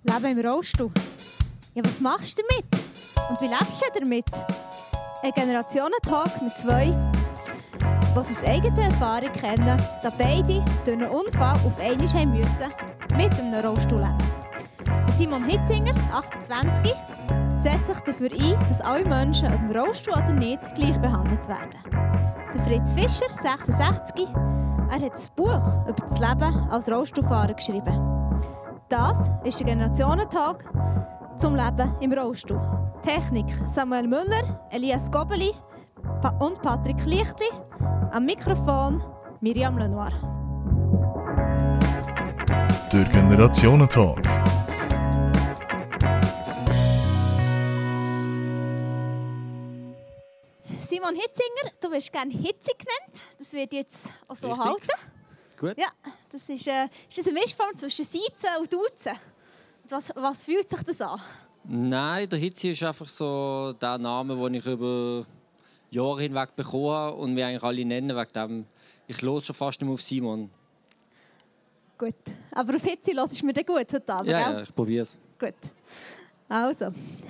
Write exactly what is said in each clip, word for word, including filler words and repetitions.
Leben im Rollstuhl. Ja, was machst du damit? Und wie lebst du damit? Ein Generationentalk mit zwei, die aus eigener Erfahrung kennen, dass beide durch einen Unfall auf einmal haben müssen, mit einem Rollstuhl leben. Simon Hitzinger, achtundzwanzig, setzt sich dafür ein, dass alle Menschen, ob im Rollstuhl oder nicht, gleich behandelt werden. Der Fritz Fischer, sechsundsechzig, er hat ein Buch über das Leben als Rollstuhlfahrer geschrieben. Das ist der Generationentag zum Leben im Rollstuhl. Technik Samuel Müller, Elias Gobeli und Patrick Lichtli. Am Mikrofon Miriam Lenoir. Der Generationentag. Simon Hitzinger, du wirst gerne Hitzi genannt. Das wird jetzt auch so Richtig. halten. Gut. Ja, das ist, äh, ist das eine Mischform zwischen Siezen und Duzen. Was, was fühlt sich das an? Nein, der Hitzi ist einfach so der Name, den ich über Jahre hinweg bekommen habe und wir eigentlich alle nennen wegen dem. Ich höre schon fast nicht mehr auf Simon. Gut, aber auf Hitzi hörst du mir dann gut heute Abend, Ja, gell? ja, ich probiere es. Gut. Also.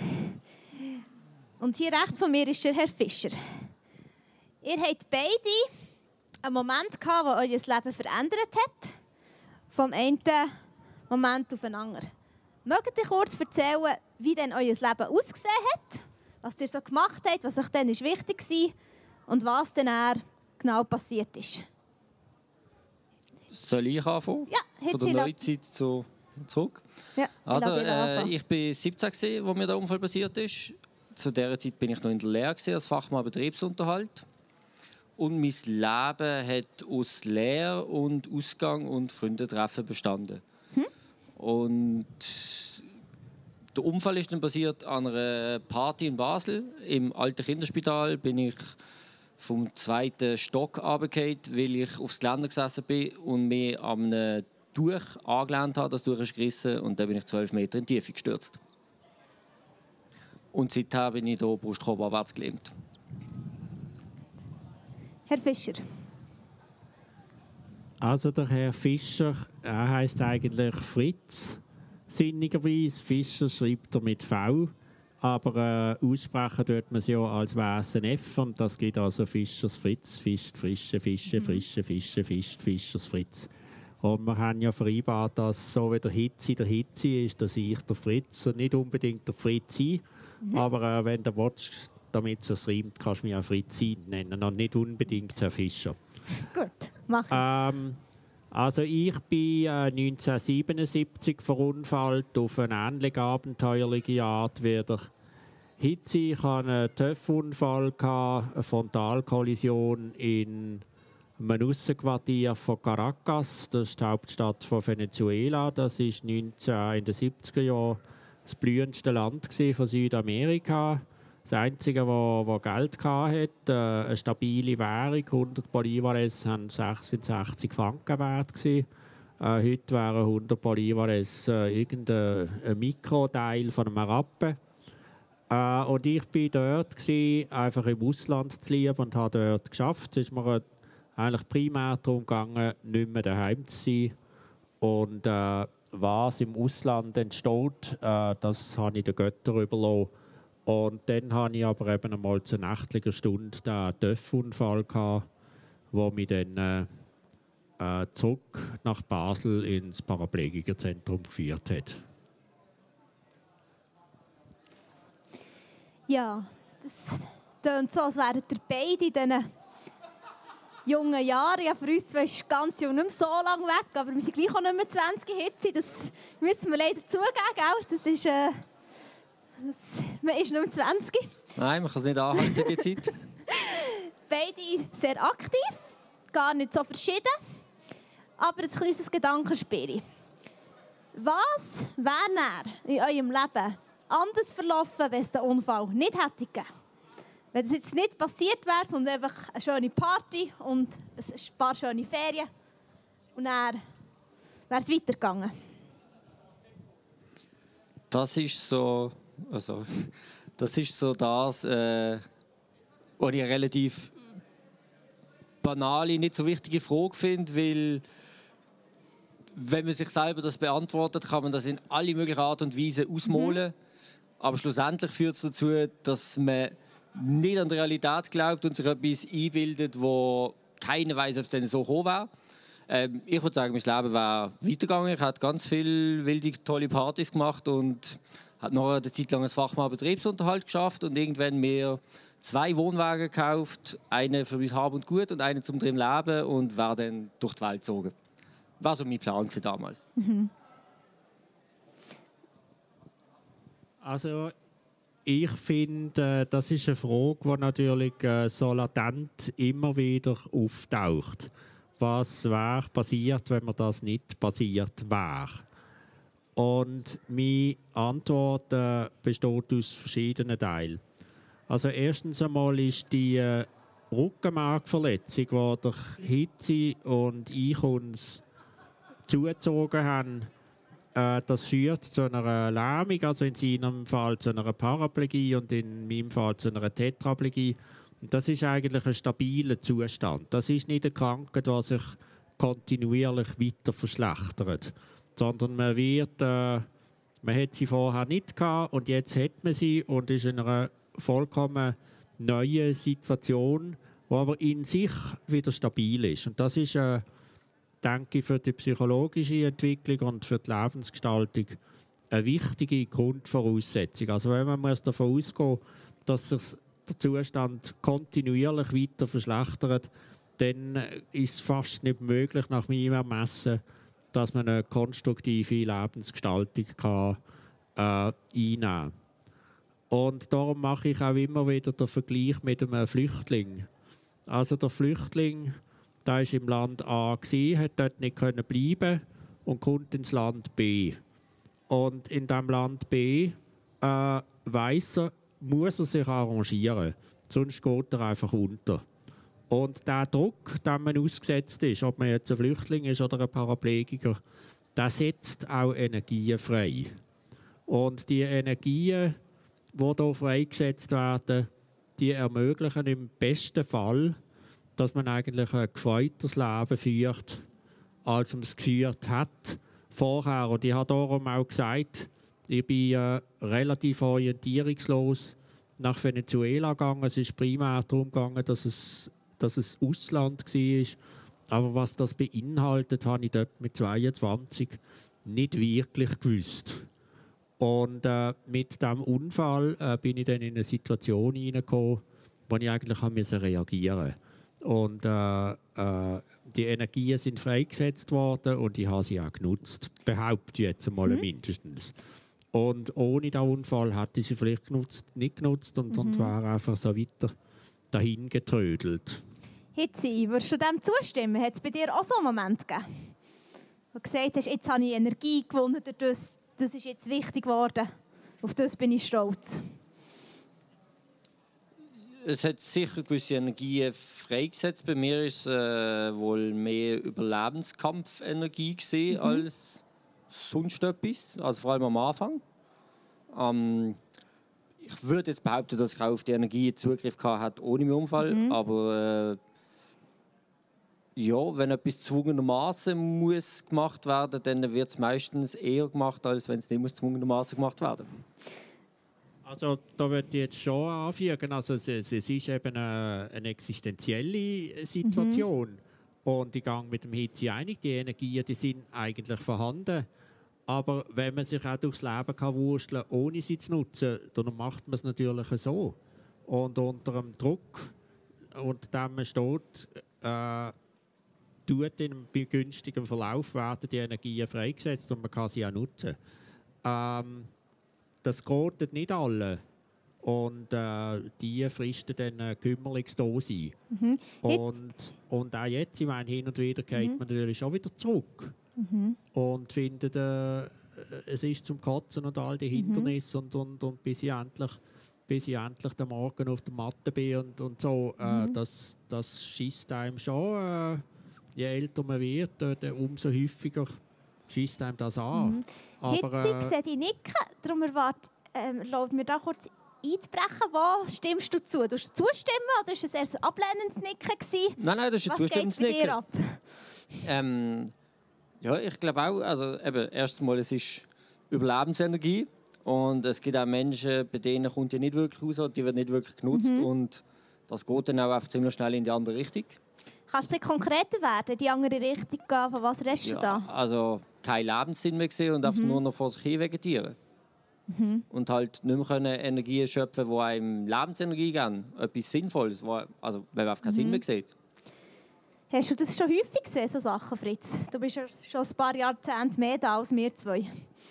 Und hier rechts von mir ist der Herr Fischer. Ihr habt beide einen Moment gehabt, der euer Leben verändert hat. Vom einen Moment auf den anderen. Mögt ihr kurz erzählen, wie denn euer Leben ausgesehen hat? Was ihr so gemacht habt, was euch dann wichtig war und was dann genau passiert ist? Soll ich anfangen? Ja, Von der Hitzi, Neuzeit zu zurück. Ja, Also, lass dich äh, anfangen. ich war siebzehn, als mir der Unfall passiert ist. Zu dieser Zeit war ich noch in der Lehre als Fachmann Betriebsunterhalt. Und mein Leben hat aus Lehre und Ausgang und Freundentreffen bestanden. Hm? Und der Unfall ist dann passiert an einer Party in Basel. Im alten Kinderspital bin ich vom zweiten Stock runtergefallen, weil ich aufs Geländer gesessen bin und mich an einem Tuch angelehnt habe. Das Tuch ist gerissen und dann bin ich zwölf Meter in die Tiefe gestürzt. Und seitdem bin ich hier brustkorbabwärts gelähmt. Herr Fischer. Also der Herr Fischer, er heisst eigentlich Fritz, sinnigerweise. Fischer schreibt er mit V, aber äh, aussprechen tut man es ja als wäre es ein F. Und das gibt also Fischers Fritz, Fischt, Frische, Fische, Frische, Fische, Fischt, Fischers Fritz. Und wir haben ja vereinbart, dass so wie der Hitzi der Hitzi ist, dass ich der Fritz und nicht unbedingt der Fritzi. Mhm. Aber äh, wenn du willst, damit es reimt, kannst du mich auch Fritzi nennen und nicht unbedingt Herr Fischer. Gut, mach ich. Ähm, also ich bin äh, neunzehnhundertsiebenundsiebzig verunfallt auf eine ähnlich abenteuerliche Art wie der Hitzi. Ich hatte einen TÜV-Unfall, eine Frontalkollision in einem Aussenquartier von Caracas. Das ist die Hauptstadt von Venezuela. Das war neunzehn in den siebziger Jahren das blühendste Land von Südamerika. Das Einzige, das Geld hatte, äh, eine stabile Währung. hundert Bolivares waren sechsundsechzig Franken wert. Äh, heute wären hundert Bolivares äh, irgendein ein Mikroteil von einem Rappen. Äh, und ich war dort, gewesen, einfach im Ausland zu leben und habe dort geschafft. Es ist mir äh, eigentlich primär darum gegangen, nicht mehr daheim zu sein. Und äh, was im Ausland entsteht, äh, das habe ich den Göttern überlassen. Und dann hatte ich aber eben einmal zur nächtlichen Stunde den TÜV-Unfall, der mich dann äh, zurück nach Basel ins Paraplegikerzentrum geführt hat. Ja, das klingt so, als wären ihr beide in diesen jungen Jahren. Ja, für uns zwei ist ganz jung nicht mehr so lange weg, aber wir sind gleich auch nicht mehr zwanzig Hitze. Das müssen wir leider zugeben, gell? Das ist... Äh Das, man ist nur zwanzig. Nein, man kann es nicht anhalten, die Zeit. Beide sehr aktiv, gar nicht so verschieden. Aber ein kleines Gedankenspiel. Was wäre in eurem Leben anders verlaufen, wenn es den Unfall nicht hätte gegeben? Wenn es jetzt nicht passiert wäre, sondern einfach eine schöne Party und ein paar schöne Ferien. Und dann wäre es weitergegangen. Das ist so... Also, das ist so das, äh, was ich eine relativ banale, nicht so wichtige Frage finde, weil wenn man sich selber das beantwortet, kann man das in alle möglichen Art und Weise ausmalen. Mhm. Aber schlussendlich führt es dazu, dass man nicht an die Realität glaubt und sich etwas einbildet, wo keiner weiß, ob es denn so gekommen wäre. Ähm, ich würde sagen, mein Leben wäre weitergegangen. Ich habe ganz viele wilde, tolle Partys gemacht und habe noch eine Zeit lang als Fachmann Betriebsunterhalt geschafft und irgendwann mir zwei Wohnwagen gekauft, einen für mein Hab und Gut und einen zum drin Leben und wäre dann durch die Welt gezogen. Das war so mein Plan damals. Mhm. Also ich finde, das ist eine Frage, die natürlich so latent immer wieder auftaucht. Was wäre passiert, wenn man das nicht passiert wäre? Und meine Antwort äh, besteht aus verschiedenen Teilen. Also erstens einmal ist die äh, Rückenmarkverletzung, die durch Hitze und Einkunft zugezogen haben, äh, das führt zu einer Lähmung, also in seinem Fall zu einer Paraplegie und in meinem Fall zu einer Tetraplegie. Und das ist eigentlich ein stabiler Zustand. Das ist nicht eine Krankheit, die sich kontinuierlich weiter verschlechtert, sondern man wird, äh, man hat sie vorher nicht gehabt und jetzt hat man sie und ist in einer vollkommen neuen Situation, die aber in sich wieder stabil ist. Und das ist, äh, denke ich, für die psychologische Entwicklung und für die Lebensgestaltung eine wichtige Grundvoraussetzung. Also wenn man muss davon ausgehen, dass sich der Zustand kontinuierlich weiter verschlechtert, dann ist es fast nicht möglich, nach meinem Ermessen, dass man eine konstruktive Lebensgestaltung kann, äh, einnehmen kann. Und darum mache ich auch immer wieder den Vergleich mit einem Flüchtling. Also der Flüchtling, der war im Land A, gewesen, hat dort nicht können bleiben und kommt ins Land B. Und in diesem Land B äh, weiss er, muss er sich arrangieren, sonst geht er einfach unter. Und der Druck, den man ausgesetzt ist, ob man jetzt ein Flüchtling ist oder ein Paraplegiker, der setzt auch Energien frei. Und die Energien, die hier freigesetzt werden, die ermöglichen im besten Fall, dass man eigentlich ein gefreutes Leben führt, als man es geführt hat vorher. Und ich habe darum auch gesagt, ich bin äh, relativ orientierungslos nach Venezuela gegangen. Es ist primär darum gegangen, dass es, dass es Ausland war. Aber was das beinhaltet, habe ich dort mit zweiundzwanzig nicht wirklich gewusst. Und äh, mit diesem Unfall äh, bin ich dann in eine Situation hineingekommen, wo ich eigentlich haben müssen reagieren musste. Und äh, äh, die Energien sind freigesetzt worden und ich habe sie auch genutzt. Behaupte ich jetzt einmal mhm. mindestens. Und ohne diesen Unfall hätte ich sie vielleicht genutzt, nicht genutzt und, mhm. und wäre einfach so weiter dahin getrödelt. Hitzi, würdest du dem zustimmen? Hat es bei dir auch so einen Moment gegeben, wo du gesagt hast, jetzt habe ich Energie gewonnen, das, das ist jetzt wichtig geworden, auf das bin ich stolz? Es hat sicher gewisse Energien freigesetzt. Bei mir war es äh, wohl mehr Überlebenskampfenergie gewesen, mhm. als sonst etwas, also vor allem am Anfang. Ähm, ich würde jetzt behaupten, dass ich auch auf die Energie Zugriff hatte ohne meinen Unfall, mhm. aber äh, ja, wenn etwas gezwungenermaßen muss gemacht werden, dann wird es meistens eher gemacht, als wenn es nicht gezwungenermaßen gemacht werden muss. Also da würde ich jetzt schon anfügen, also es, es ist eben eine, eine existenzielle Situation. Mhm. Und ich gehe mit dem Hitzi einig, die Energien die sind eigentlich vorhanden. Aber wenn man sich auch durchs Leben kann wursteln kann, ohne sie zu nutzen, dann macht man es natürlich so. Und unter dem Druck, unter dem man steht, äh, tut in einem begünstigten Verlauf werden die Energien freigesetzt und man kann sie auch nutzen. Ähm, das geht nicht alle. Und äh, die fristen dann äh, kümmerlich da sein. Mhm. Und, und auch jetzt, ich meine, hin und wieder geht mhm. man natürlich schon wieder zurück. Mhm. Und findet, äh, es ist zum Kotzen und all die Hindernisse mhm. und, und, und bis ich endlich, bis ich endlich den Morgen auf der Matte bin und, und so, äh, mhm. das, das schießt einem schon, äh, je älter man wird, äh, umso häufiger schießt einem das an. Mhm. Aber, Hitzig, äh, sehe ich nicken, darum erwarte, äh, erlaube mir da kurz einzubrechen. Wo stimmst du zu? Du zustimmen oder war es erst ein ablehnendes Nicken gewesen? Nein, nein, das ist ein zustimmendes Nicken. Ähm, Ja, ich glaube auch. Also eben, erstens mal, es ist Überlebensenergie. Und es gibt auch Menschen, bei denen kommt die nicht wirklich raus, die wird nicht wirklich genutzt. Mhm. Und das geht dann auch ziemlich schnell in die andere Richtung. Kannst du ein konkreter werden, die andere Richtung gehen? Von was redest du ja, da? Also keinen Lebenssinn mehr sehen und mhm. einfach nur noch vor sich hin vegetieren. Mhm. Und halt nicht mehr können Energie schöpfen, die einem Lebensenergie geben. Etwas Sinnvolles, wo, also wenn man einfach keinen mhm. Sinn mehr sieht. Hast du das schon häufig gesehen, so Sachen, Fritz? Du bist ja schon ein paar Jahrzehnte mehr da als wir zwei.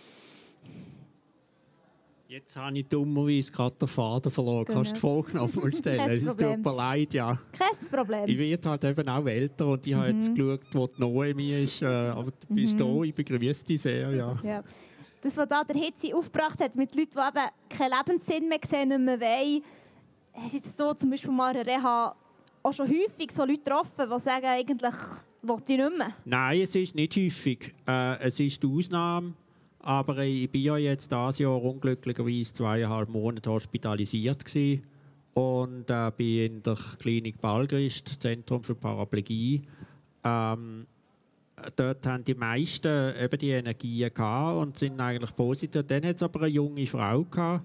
Jetzt habe ich dummerweise gerade den Faden verloren. Genau. Kannst du die Frage noch vorstellen? Es tut mir leid, ja. Kein Problem. Ich werde halt eben auch älter und ich mhm. habe jetzt geschaut, wo die Noemi ist. Äh, aber du bist mhm. da, ich begrüße dich sehr. Ja. Ja. Das, was da der Hitze aufgebracht hat, mit Leuten, die eben keinen Lebenssinn mehr sehen, nicht mehr wollen. Hast du jetzt so zum Beispiel mal in Reha auch schon häufig so Leute getroffen, die sagen, eigentlich will ich nicht mehr? Nein, es ist nicht häufig. Äh, es ist die Ausnahme. Aber ich war ja jetzt dieses Jahr unglücklicherweise zweieinhalb Monate hospitalisiert gewesen und äh, bin in der Klinik Balgrist, Zentrum für Paraplegie. Ähm, dort haben die meisten eben die Energien gehabt und sind eigentlich positiv. Dann hat es aber eine junge Frau gehabt,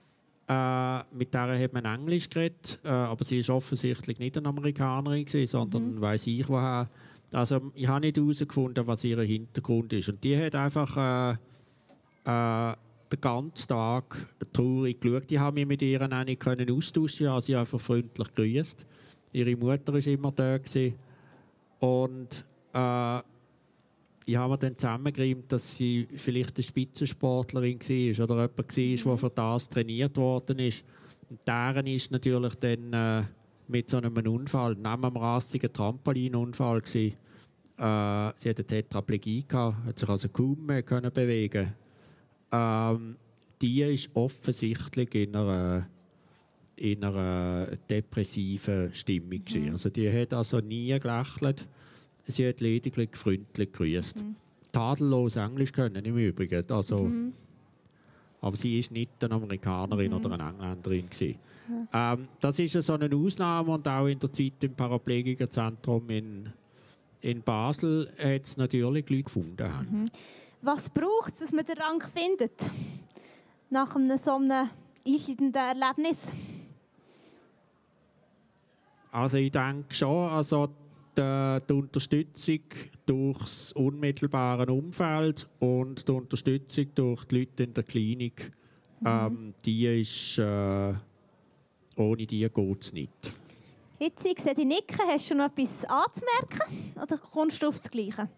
äh, mit der hat man Englisch geredet, äh, aber sie ist offensichtlich nicht eine Amerikanerin gewesen, sondern mhm. weiss ich woher. Also ich habe nicht herausgefunden, was ihr Hintergrund ist. Und die hat einfach äh, äh, den ganzen Tag traurig geschaut. Ich habe mich mit ihr auch nicht können austauschen, ich habe sie einfach freundlich gegrüßt. Ihre Mutter war immer da gewesen. Und äh, ich habe mir dann zusammengereimt, dass sie vielleicht eine Spitzensportlerin war oder jemand war, der für das trainiert worden ist. Und deren ist natürlich dann äh, mit so einem Unfall, neben einem rassigen Trampolinunfall gewesen. Äh, sie hatte eine Tetraplegie gehabt, hat sich also kaum mehr können bewegen. Ähm, die ist offensichtlich in einer, in einer depressiven Stimmung gewesen. Mhm. Also die hat also nie gelächelt. Sie hat lediglich freundlich gegrüßt. Mhm. Tadellos Englisch können im Übrigen. Also, mhm. Aber sie war nicht eine Amerikanerin mhm. oder eine Engländerin gewesen. Ja. Ähm, das ist so eine Ausnahme und auch in der Zeit im Paraplegikerzentrum in, in Basel hat es natürlich Leute gefunden. Mhm. Was braucht es, dass man den Rang findet? Nach einem so einem einschneidenden Erlebnis? Also ich denke schon, also die, die Unterstützung durch das unmittelbare Umfeld und die Unterstützung durch die Leute in der Klinik, mhm. ähm, die ist, äh, ohne die geht es nicht. Jetzt, ich sehe dich nicken. Hast du noch etwas anzumerken oder kommst du auf das Gleiche?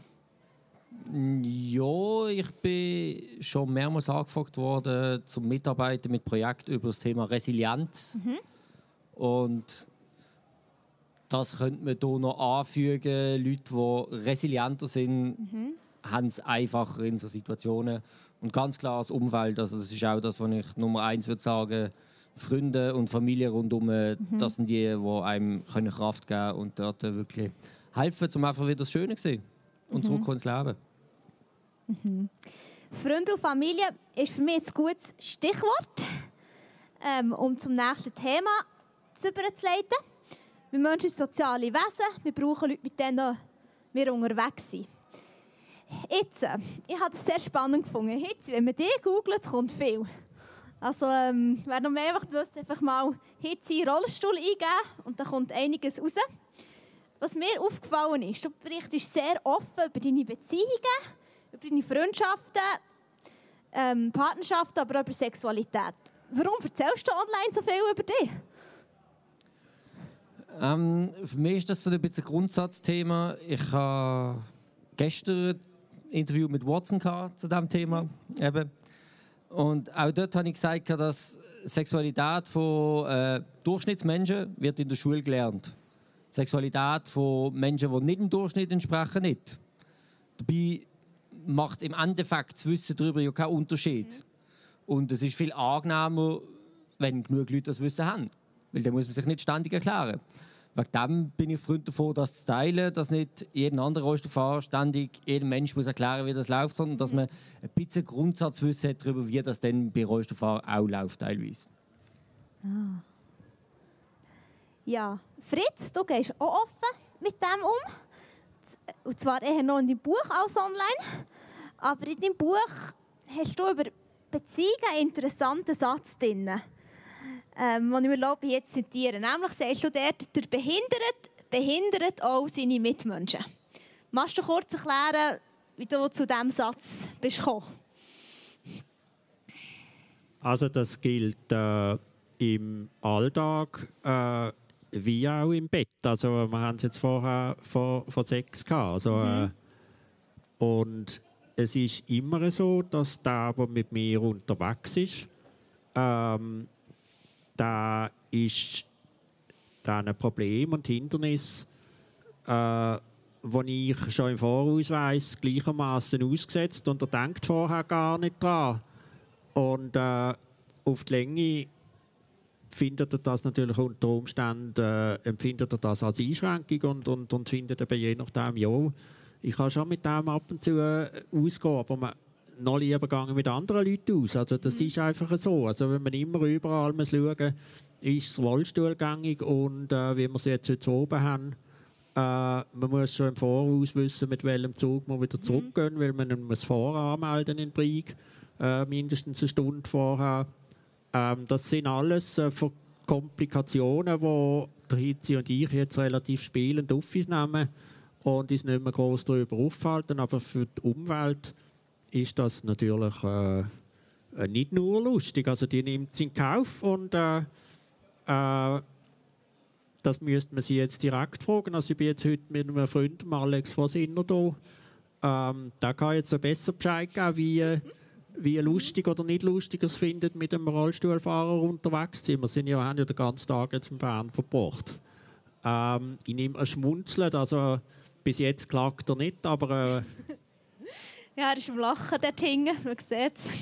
Ja, ich bin schon mehrmals angefragt worden zum Mitarbeiten mit Projekten über das Thema Resilienz. Mhm. Und das könnte man hier noch anfügen. Leute, die resilienter sind, mhm. haben es einfacher in so Situationen. Und ganz klar das Umfeld. Also das ist auch das, was ich Nummer eins würde sagen. Freunde und Familie rundherum, mhm. das sind die, die einem Kraft geben können und dort wirklich helfen, um einfach wieder das Schöne zu sehen und mhm. zurück ins Leben. Mhm. Freunde und Familie ist für mich ein gutes Stichwort, ähm, um zum nächsten Thema zu überzuleiten. Wir Menschen sind soziale Wesen, wir brauchen Leute, mit denen wir unterwegs sind. Jetzt, äh, ich habe es sehr spannend gefunden. Jetzt, wenn man die googelt, kommt viel. Also, ähm, wer noch mehr möchte, einfach mal Hitze in Rollstuhl eingeben und dann kommt einiges raus. Was mir aufgefallen ist, du berichtest sehr offen über deine Beziehungen, über deine Freundschaften, ähm, Partnerschaften, aber auch über Sexualität. Warum erzählst du online so viel über dich? Ähm, für mich ist das so ein bisschen ein Grundsatzthema. Ich habe gestern ein Interview mit Watson gehabt zu diesem Thema. Eben. Und auch dort habe ich gesagt, dass Sexualität von äh, Durchschnittsmenschen wird in der Schule gelernt. Sexualität von Menschen, die nicht im Durchschnitt entsprechen, nicht. Dabei macht im Endeffekt das Wissen darüber ja keinen Unterschied. Mhm. Und es ist viel angenehmer, wenn genug Leute das Wissen haben. Weil dann muss man sich nicht ständig erklären. Wegen dem bin ich Freund davon, das zu teilen, dass nicht jeden anderen Rollstuhlfahrer ständig jedem Menschen muss erklären, wie das läuft, sondern dass man ein bisschen Grundsatzwissen hat darüber, wie das dann bei Rollstuhlfahrern auch läuft teilweise. Ah. Ja, Fritz, du gehst auch offen mit dem um. und zwar eher noch in deinem Buch als online. Aber in deinem Buch hast du über Beziehungen einen interessanten Satz drin, ähm, den ich mir erlaube, jetzt zu zitieren. Nämlich sagst du dort, der behindert, behindert auch seine Mitmenschen. Magst du kurz erklären, wie du zu diesem Satz bist gekommen? Also das gilt äh, im Alltag äh, wie auch im Bett. Also wir haben es jetzt vorher vor, vor Sex gehabt. Also, äh, Mhm. und es ist immer so, dass der, der mit mir unterwegs ist, ähm, da ist da ein Problem und Hindernis, äh, wo ich schon im Voraus weiss, gleichermaßen ausgesetzt und er denkt vorher gar nicht dran. Und äh, auf die Länge findet er das natürlich unter Umständen, äh, empfindet er das als Einschränkung und, und, und findet eben je nachdem, ja, ich kann schon mit dem ab und zu äh, ausgehen, aber man noch lieber gehen mit anderen Leuten aus. Also das mhm. ist einfach so. Also wenn man immer überall muss schauen, ist es rollstuhlgängig und äh, wie wir es jetzt heute oben haben, äh, man muss schon im Voraus wissen, mit welchem Zug man wieder zurückgehen, mhm. weil man ihn muss voranmelden in Brieg, äh, mindestens eine Stunde vorher. Ähm, das sind alles äh, Komplikationen, die der Hitzi und ich jetzt relativ spielend auf uns nehmen und uns nicht mehr gross darüber aufhalten. Aber für die Umwelt ist das natürlich äh, nicht nur lustig. Also die nimmt es in Kauf und äh, äh, das müsste man sie jetzt direkt fragen. Also ich bin jetzt heute mit einem Freund, Alex Vosinner, da. Ähm, da kann jetzt besser Bescheid geben, wie, wie lustig oder nicht lustig es findet, mit einem Rollstuhlfahrer unterwegs zu sein. Wir sind ja, haben ja den ganzen Tag jetzt in Bern verbracht. Ähm, ich nehme ein Schmunzeln, also bis jetzt klagt er nicht, aber... Äh, ja, er ist am Lachen dort hinten, man sieht es.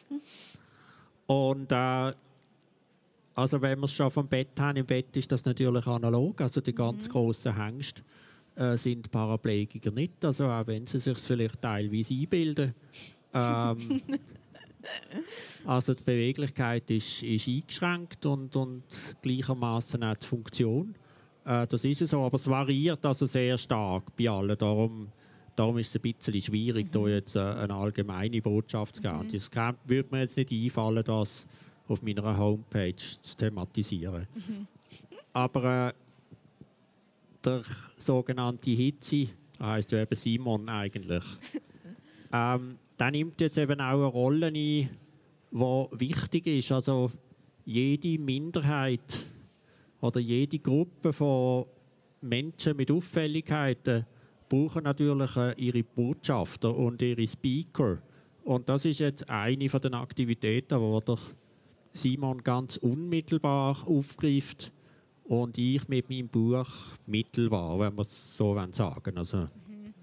Und äh, also wenn wir es schon vom Bett haben, im Bett ist das natürlich analog, also die ganz mhm. grossen Hengste äh, sind Paraplegiker nicht, also auch wenn sie sich vielleicht teilweise einbilden. Ähm, also die Beweglichkeit ist, ist eingeschränkt und, und gleichermaßen auch die Funktion. Äh, das ist so, aber es variiert also sehr stark bei allen. Darum, darum ist es ein bisschen schwierig, mhm. da jetzt äh, eine allgemeine Botschaft zu geben. Es mhm. würde mir jetzt nicht einfallen, das auf meiner Homepage zu thematisieren. Mhm. Aber äh, der sogenannte Hitzi, heisst ja eben Simon eigentlich, ähm, der nimmt jetzt eben auch eine Rolle ein, die wichtig ist. Also jede Minderheit oder jede Gruppe von Menschen mit Auffälligkeiten brauchen natürlich äh, ihre Botschafter und ihre Speaker. Und das ist jetzt eine von den Aktivitäten, die der Simon ganz unmittelbar aufgreift und ich mit meinem Buch mittelbar, wenn wir es so sagen wollen. Also, mhm.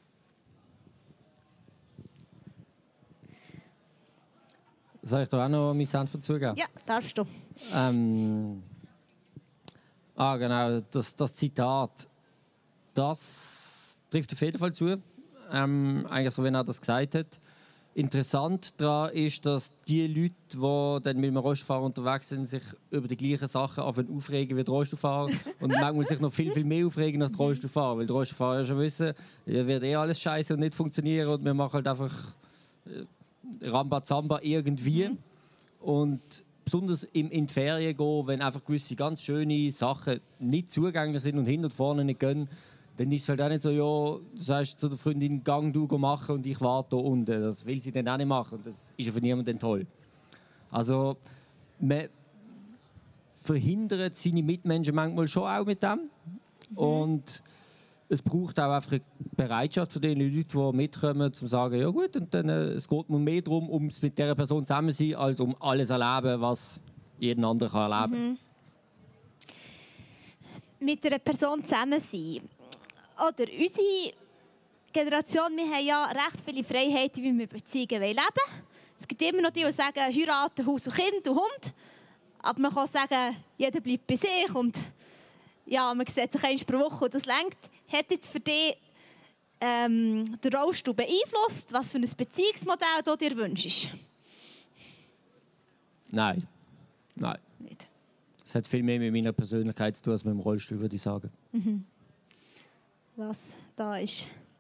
Soll ich da auch noch meinen Senf dazugeben? Ja, darfst du. Ähm, ah, genau, das, das Zitat, das trifft auf jeden Fall zu. Ähm, eigentlich so, wenn er das gesagt hat. Interessant daran ist, dass die Leute, die dann mit dem Rollstuhlfahrer unterwegs sind, sich über die gleichen Sachen aufregen wie der Rollstuhlfahrer und manchmal sich noch viel, viel mehr aufregen als der Rollstuhlfahrer, weil der Rollstuhlfahrer ja schon wissen, ja, wird eh alles scheiße und nicht funktionieren und wir machen halt einfach äh, Rambazamba irgendwie. Mhm. Und besonders im, in die Ferien gehen, wenn einfach gewisse ganz schöne Sachen nicht zugänglich sind und hinten und vorne nicht gehen, dann ist es halt auch nicht so, ja, du sagst zu der Freundin, gang du machen und ich warte hier unten. Das will sie dann auch nicht machen. Das ist ja für niemanden toll. Also, man verhindert seine Mitmenschen manchmal schon auch mit dem. Mhm. Und es braucht auch einfach eine Bereitschaft von den Leuten, die mitkommen, um zu sagen, ja gut, und dann, äh, es geht mir mehr darum, um mit dieser Person zusammen zu sein, als um alles zu erleben, was jeden anderen kann erleben mhm. Mit einer Person zusammen sein. Oder unsere Generation, wir haben ja recht viele Freiheiten, wie wir Beziehungen leben wollen. Es gibt immer noch die, die sagen, heiraten, Haus und Kind und Hund. Aber man kann sagen, jeder bleibt bei sich und ja, man sieht sich einmal pro Woche und das reicht. Hat jetzt für dich ähm, den Rollstuhl beeinflusst, was für ein Beziehungsmodell du dir wünschst? Nein. Nein. Nicht. Es hat viel mehr mit meiner Persönlichkeit zu tun als mit dem Rollstuhl, würde ich sagen. Mhm. Was da ist.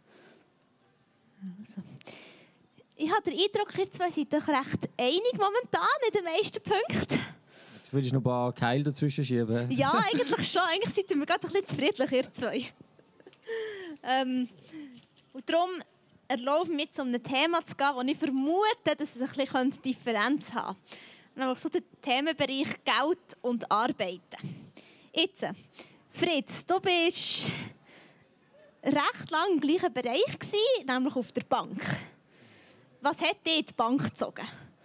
Also. Ich habe den Eindruck, ihr zwei seid doch recht einig momentan in den meisten Punkten. Jetzt will ich noch ein paar Keile dazwischen schieben. Ja, eigentlich schon. Eigentlich sind wir gerade ein bisschen zufrieden, ihr zwei. ähm, und darum erlaube ich mir jetzt, um ein Thema zu gehen, wo ich vermute, dass es ein bisschen Differenz haben könnte. Nämlich so der Themenbereich Geld und Arbeiten. Jetzt, Fritz, du bist recht lange im gleichen Bereich gewesen, nämlich auf der Bank. Was hat dich die Bank gezogen?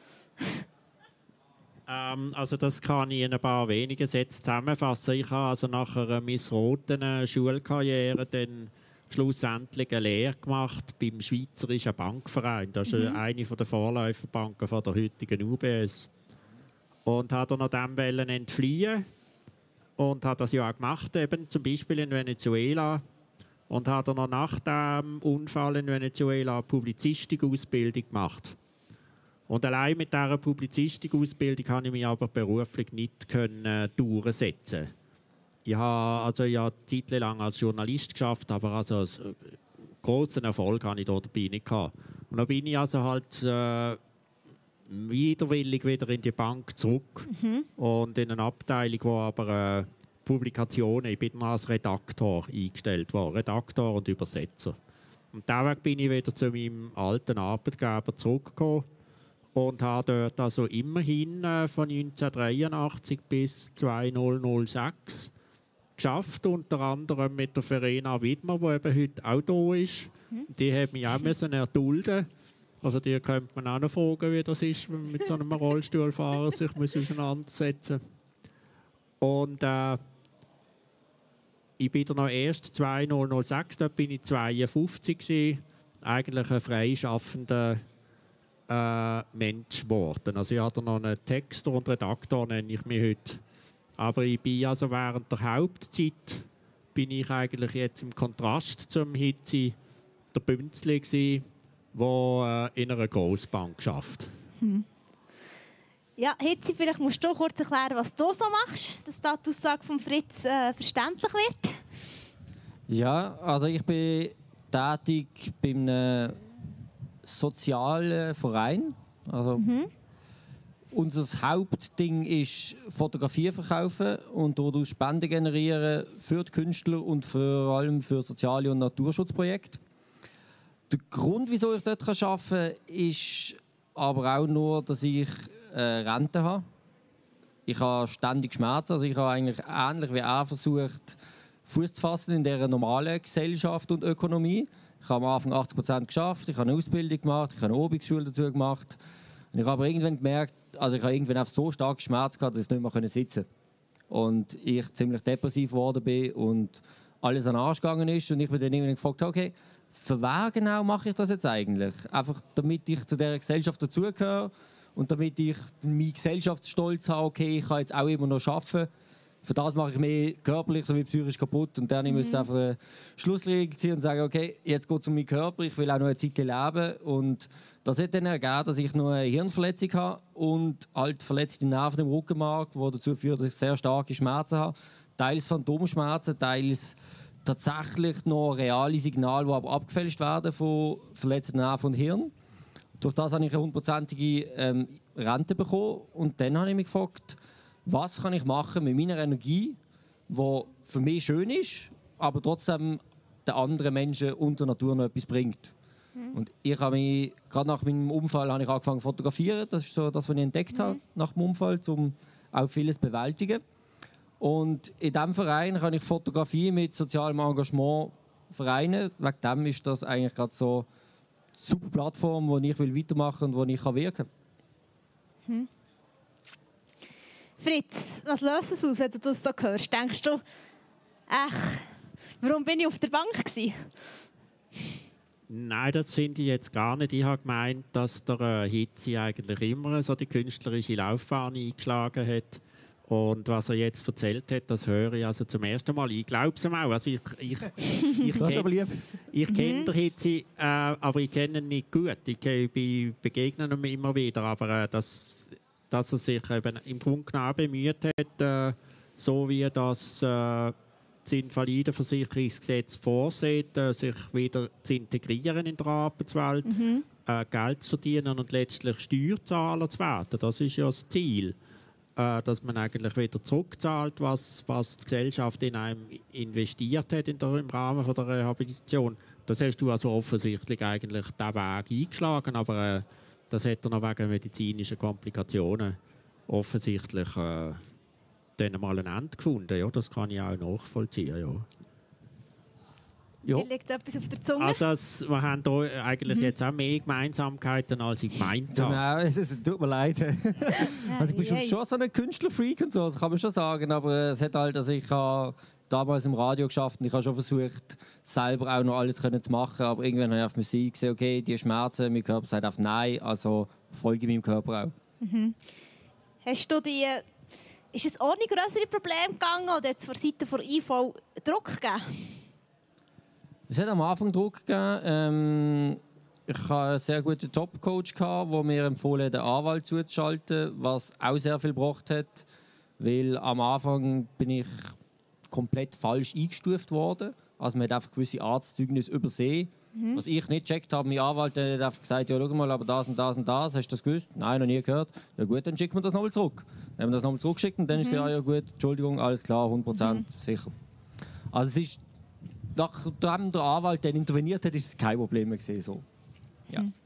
Ähm, also das kann ich in ein paar wenigen Sätzen zusammenfassen. Ich habe also nach einer missrotenen Schulkarriere dann schlussendlich eine Lehre gemacht beim Schweizerischen Bankverein. Das ist mhm. eine der Vorläuferbanken von der heutigen U B S. Und habe dann nach dem entfliehen und habe das ja auch gemacht, eben zum Beispiel in Venezuela. Und habe dann nach dem Unfall in Venezuela eine Publizistikausbildung gemacht. Und allein mit dieser Publizistikausbildung konnte ich mich aber beruflich nicht können durchsetzen. Ich habe also ja eine Zeit lang als Journalist geschafft, aber also einen grossen Erfolg hatte ich da dabei nicht gehabt. Und dann bin ich also halt äh, widerwillig wieder in die Bank zurück mhm. und in eine Abteilung, wo aber äh, Publikationen, ich bin als Redaktor eingestellt worden, Redaktor und Übersetzer. Und diesen Weg bin ich wieder zu meinem alten Arbeitgeber zurückgekommen und habe dort also immerhin äh, von neunzehnhundertdreiundachtzig bis zweitausendsechs geschafft, unter anderem mit der Verena Widmer, die eben heute auch da ist. Mhm. Die hat mich auch müssen erdulden. Also die könnte man auch noch fragen, wie das ist, wenn man mit so einem Rollstuhlfahrer sich muss auseinandersetzen muss. Und äh, ich bin dann noch erst zweitausendsechs, dort bin ich zweiundfünfzig gewesen, eigentlich ein freischaffender äh, Mensch geworden. Also ich hatte noch einen Texter und Redaktor, nenne ich mich heute. Aber ich bin also während der Hauptzeit bin ich eigentlich jetzt im Kontrast zum Hitzi der Bünzli gsi, der äh, in einer Grossbank arbeitet. Hm. Ja, Hitzi, vielleicht musst du kurz erklären, was du so machst, dass da die Aussage von Fritz äh, verständlich wird. Ja, also ich bin tätig bei einem sozialen Verein. Also mhm. unser Hauptding ist Fotografie verkaufen und dadurch Spenden generieren für die Künstler und vor allem für soziale und Naturschutzprojekte. Der Grund, wieso ich dort arbeiten kann, ist aber auch nur, dass ich äh, Rente habe. Ich habe ständig Schmerzen. Also ich habe eigentlich ähnlich wie er versucht, Fuß zu fassen in dieser normalen Gesellschaft und Ökonomie. Ich habe am Anfang achtzig Prozent geschafft, ich habe eine Ausbildung gemacht, ich habe eine Obigschule dazu gemacht. Und ich habe aber irgendwann gemerkt, also ich habe irgendwann einfach so stark Schmerz gehabt, dass ich nicht mehr sitzen konnte. Und ich ziemlich depressiv geworden bin und alles an den Arsch gegangen ist. Und ich bin dann irgendwann gefragt, okay, für wen genau mache ich das jetzt eigentlich? Einfach damit ich zu dieser Gesellschaft dazugehöre und damit ich meinen Gesellschaftsstolz habe, okay, ich kann jetzt auch immer noch arbeiten. Für das mache ich mich körperlich sowie psychisch kaputt und dann mhm. muss ich einfach eine Schlussregel ziehen und sagen, okay, jetzt geht es um meinen Körper, ich will auch noch eine Zeit leben. Und das hat dann ergeben, dass ich noch eine Hirnverletzung habe und halt verletzte Nerven im Rückenmark, die dazu führt, dass ich sehr starke Schmerzen habe. Teils Phantomschmerzen, teils tatsächlich noch reale Signale, die aber abgefälscht werden von verletzten Nerven und Hirn. Durch das habe ich eine hundertprozentige ähm, Rente bekommen und dann habe ich mich gefragt, was kann ich machen mit meiner Energie, die für mich schön ist, aber trotzdem den anderen Menschen und der Natur noch etwas bringt. Mhm. Und ich habe mich, gerade nach meinem Unfall habe ich angefangen zu fotografieren. Das ist so das, was ich entdeckt mhm. habe nach dem Unfall, um auch vieles zu bewältigen. Und in diesem Verein kann ich Fotografie mit sozialem Engagement vereinen. Wegen dem ist das eigentlich gerade so eine super Plattform, wo ich weitermachen will und wo ich wirken kann. Mhm. Fritz, was löst es aus, wenn du das so hörst? Denkst du, ach, warum bin ich auf der Bank gewesen? Nein, das finde ich jetzt gar nicht. Ich habe gemeint, dass der äh, Hitzi eigentlich immer so die künstlerische Laufbahn eingeschlagen hat. Und was er jetzt erzählt hat, das höre ich also zum ersten Mal. Ich glaube es ihm auch. Also ich ich, ich, das ist aber lieb. Ich kenne den Hitzi, äh, aber ich kenne ihn nicht gut. Ich, ich begegne ihm immer wieder, aber äh, das... dass er sich eben im Grunde genommen bemüht hat, äh, so wie das äh, das Invalidenversicherungsgesetz vorsieht, äh, sich wieder zu integrieren in der Arbeitswelt, Mhm. äh, Geld zu verdienen und letztlich Steuerzahler zu werden. Das ist ja das Ziel, äh, dass man eigentlich wieder zurückzahlt, was, was die Gesellschaft in einem investiert hat in der, im Rahmen von der Rehabilitation. Das hast du also offensichtlich eigentlich diesen Weg eingeschlagen, aber äh, das hat er noch wegen medizinischer Komplikationen offensichtlich äh, dann mal ein Ende gefunden. Ja, das kann ich auch nachvollziehen. Ja. Ja. Mir liegt etwas auf der Zunge. Also es, wir haben hier eigentlich mhm. jetzt auch mehr Gemeinsamkeiten, als ich gemeint habe. Genau, es tut mir leid. Also ich bin schon, schon so ein Künstlerfreak und so, das kann man schon sagen, aber es hat halt, also ich habe damals im Radio geschafft und ich habe schon versucht, selber auch noch alles können zu machen, aber irgendwann habe ich auf Musik gesehen, okay, die Schmerzen, mein Körper sagt auf Nein, also folge meinem Körper auch. Mhm. Hast du die, ist es ohne größere Probleme gegangen oder hat es von Seiten der I V Druck gegeben? Es hat am Anfang Druck gegeben. Ähm, ich hatte einen sehr guten Top-Coach, der mir empfohlen hat, den Anwalt zuzuschalten, was auch sehr viel gebracht hat. Weil am Anfang bin ich komplett falsch eingestuft worden. Also man hat einfach gewisse Arztzeugnisse übersehen. Mhm. Was ich nicht gecheckt habe, mein Anwalt hat einfach gesagt, ja, schau mal, aber das und das und das, hast du das gewusst? Nein, noch nie gehört. Ja gut, dann schicken wir das nochmal zurück. Dann haben wir das nochmal zurückgeschickt und dann mhm. ist es ja, ja gut, Entschuldigung, alles klar, hundert Prozent mhm. sicher. Also es ist, nachdem der Anwalt dann interveniert hat, ist es kein Problem mehr gewesen, so. Ja. Mhm.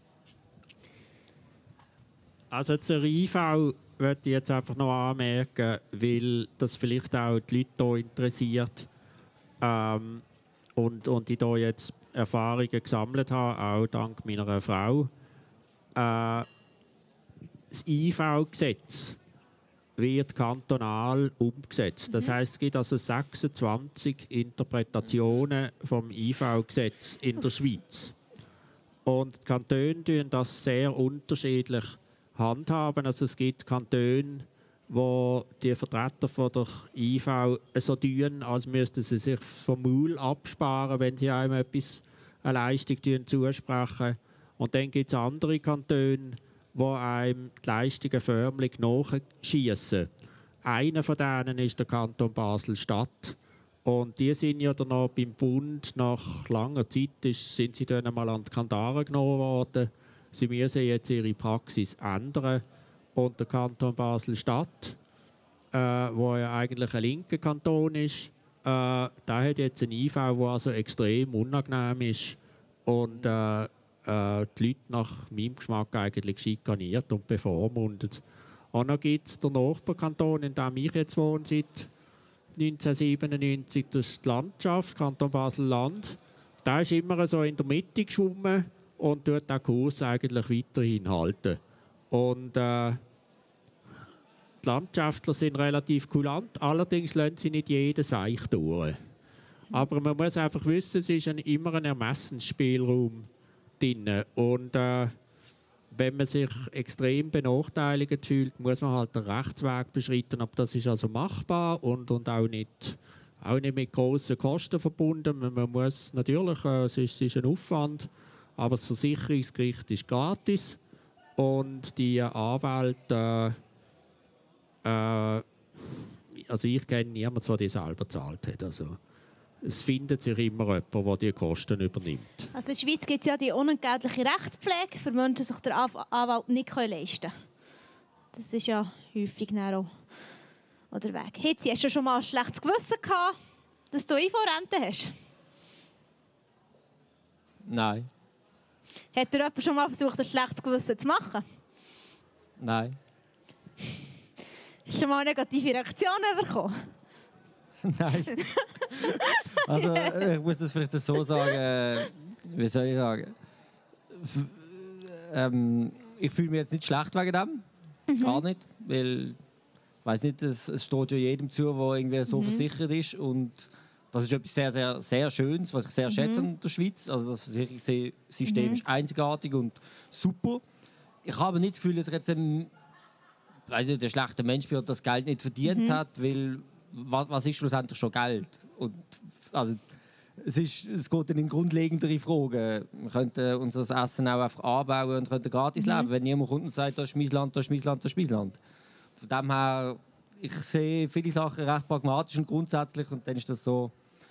Also zur I V möchte ich jetzt einfach noch anmerken, weil das vielleicht auch die Leute hier interessiert ähm, und, und ich hier jetzt Erfahrungen gesammelt habe, auch dank meiner Frau. Äh, das I V-Gesetz wird kantonal umgesetzt. Das heisst, es gibt also sechsundzwanzig Interpretationen vom I V-Gesetz in der Schweiz. Und die Kantone tun das sehr unterschiedlich handhaben. Also es gibt Kantone, wo die Vertreter von der I V so tun, als müssten sie sich vom Maul absparen, wenn sie einem etwas, eine Leistung zusprechen. Und dann gibt es andere Kantone, die einem die Leistungen förmlich nachschiessen. Einer von denen ist der Kanton Basel-Stadt. Und die sind ja dann noch beim Bund, nach langer Zeit ist, sind sie dann einmal an die Kandare genommen worden. Sie müssen jetzt ihre Praxis ändern. Und der Kanton Basel-Stadt, äh, wo ja eigentlich ein linker Kanton ist, äh, der hat jetzt ein I V, der also extrem unangenehm ist und äh, äh, die Leute nach meinem Geschmack eigentlich schikaniert und bevormundet. Und dann gibt es den Nachbarkanton, in dem ich jetzt wohne, seit neunzehnhundertsiebenundneunzig, das ist die Landschaft, Kanton Basel-Land. Der ist immer so in der Mitte geschwommen und tut den Kurs eigentlich weiterhin halten. Und äh, die Landschaftler sind relativ kulant, allerdings lassen sie nicht jeden Seich durch. Aber man muss einfach wissen, es ist ein, immer ein Ermessensspielraum drin. Und äh, wenn man sich extrem benachteiligt fühlt, muss man halt den Rechtsweg beschreiten. Aber das ist also machbar und, und auch, nicht, auch nicht mit grossen Kosten verbunden. Man muss natürlich, äh, es, ist, es ist ein Aufwand, aber das Versicherungsgericht ist gratis. Und die Anwälte, äh, äh, also ich kenne niemanden, der die selber gezahlt hat. Also, es findet sich immer jemand, der die Kosten übernimmt. Also in der Schweiz gibt es ja die unentgeltliche Rechtspflege für Menschen, die sich der Anwalt nicht leisten können. Das ist ja häufig auch der Weg. Hitzi, hast du schon mal ein schlechtes Gewissen gehabt, dass du I V-Rente hast? Nein. Hat dir jemand schon mal versucht, ein schlechtes Gewissen zu machen? Nein. Hast du schon mal negative Reaktionen bekommen? Nein. Also, ich muss das vielleicht so sagen, äh, wie soll ich sagen? F ähm, ich fühle mich jetzt nicht schlecht wegen dem. Mhm. Gar nicht. Weil, ich weiss nicht, es, es steht ja jedem zu, der irgendwie so mhm. versichert ist. Und das ist etwas sehr, sehr, sehr Schönes, was ich sehr mhm. schätze in der Schweiz. Also das Versicherungssystem mhm. ist einzigartig und super. Ich habe nicht das Gefühl, dass ich jetzt ein, weiss nicht, der schlechte Mensch bin und das Geld nicht verdient mhm. hat, weil was, was ist schlussendlich schon Geld? Und, also, es, ist, es geht in grundlegendere Fragen. Wir könnten unser Essen auch einfach anbauen und könnten gratis mhm. leben. Wenn jemand kommt und sagt, das ist mein Land, das ist mein Land, das ist mein Land. Von dem her, ich sehe viele Sachen recht pragmatisch und grundsätzlich und dann ist das so,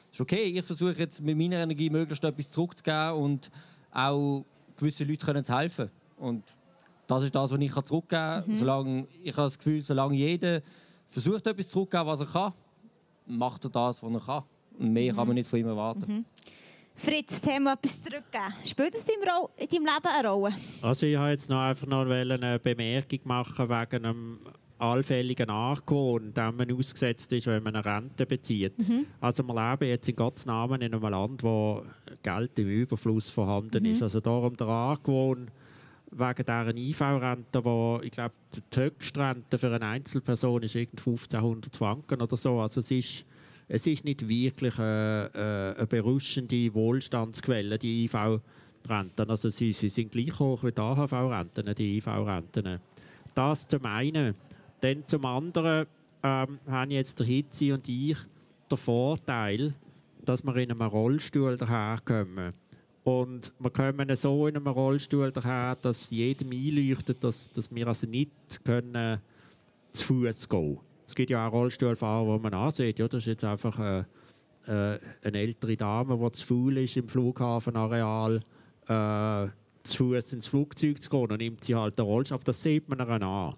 ist okay. Ich versuche jetzt mit meiner Energie möglichst etwas zurückzugeben und auch gewissen Leuten können zu helfen. Und das ist das, was ich zurückgeben kann. Mhm. Solange, ich habe das Gefühl, solange jeder versucht, etwas zurückzugeben, was er kann, macht er das, was er kann. Und mehr mhm. kann man nicht von ihm erwarten. Mhm. Fritz, Thema etwas zurückgeben. Spielt das in deinem Leben eine Rolle? Also ich wollte jetzt noch einfach noch eine Bemerkung machen wegen einem allfälligen Argwohn, den man ausgesetzt ist, wenn man eine Rente bezieht. Mhm. Also wir leben jetzt in Gottes Namen in einem Land, wo Geld im Überfluss vorhanden mhm. ist. Also darum der Argwohn wegen dieser I V-Rente, wo ich glaube, die höchste Rente für eine Einzelperson ist irgendwie fünfzehnhundert Franken oder so. Also es ist, es ist nicht wirklich eine, eine berauschende Wohlstandsquelle, die I V-Renten. Also sie, sie sind gleich hoch wie die A H V-Renten, die I V-Renten. Das zum einen. Dann zum anderen ähm, haben jetzt der Hitzi und ich den Vorteil, dass wir in einem Rollstuhl daherkommen. Und wir kommen so in einem Rollstuhl daher, dass jedem einleuchtet, dass, dass wir also nicht können, zu Fuß gehen können. Es gibt ja auch Rollstuhlfahrer, die man ansieht. Ja, das ist jetzt einfach äh, äh, eine ältere Dame, die zu faul ist, im Flughafenareal äh, zu Fuß ins Flugzeug zu gehen. Dann nimmt sie halt den Rollstuhl. Aber das sieht man ihr an.